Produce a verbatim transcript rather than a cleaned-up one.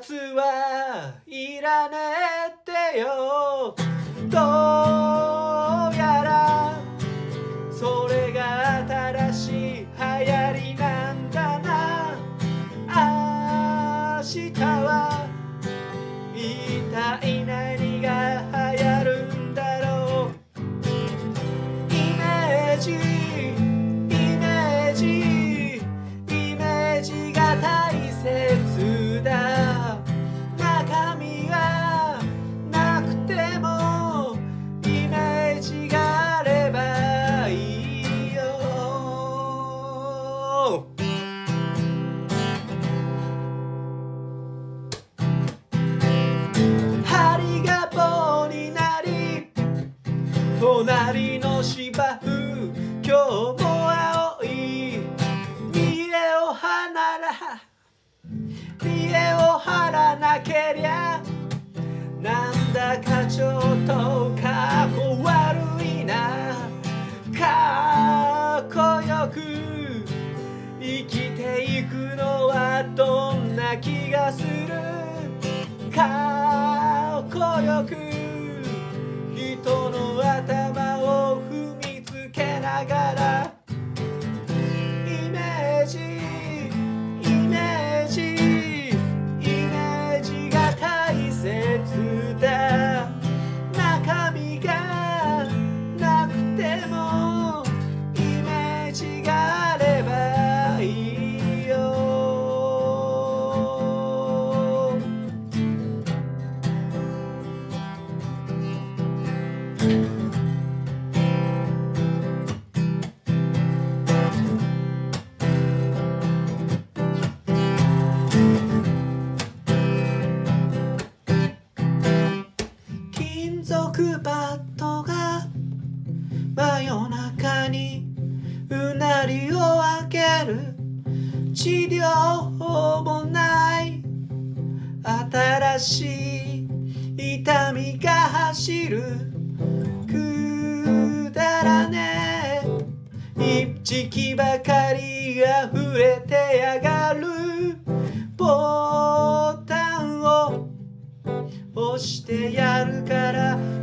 つはいらねえってよ。どうやらそれが新しい流行りなんだな。明日は一体何が流行るんだろう。イメージイメージイメージが大切だ。中身がなくてもイメージがあればいいよ。針が棒になり隣の芝生今日も青い見栄を張らな見栄を張らなけりゃなんだかちょっとかっこ悪いな。かっこよく生きていくのはどんな気がする。かっこよく人の頭を踏みつけながらイメージイメージイメージが大切だ。中身がなくてもイメージがあればいいよ。金属バットが真夜中にうなりを上げる。治療法もない新しい痛みが走る。くだらねえ一時期ばかり溢れてやがる。ボタンを押してやるから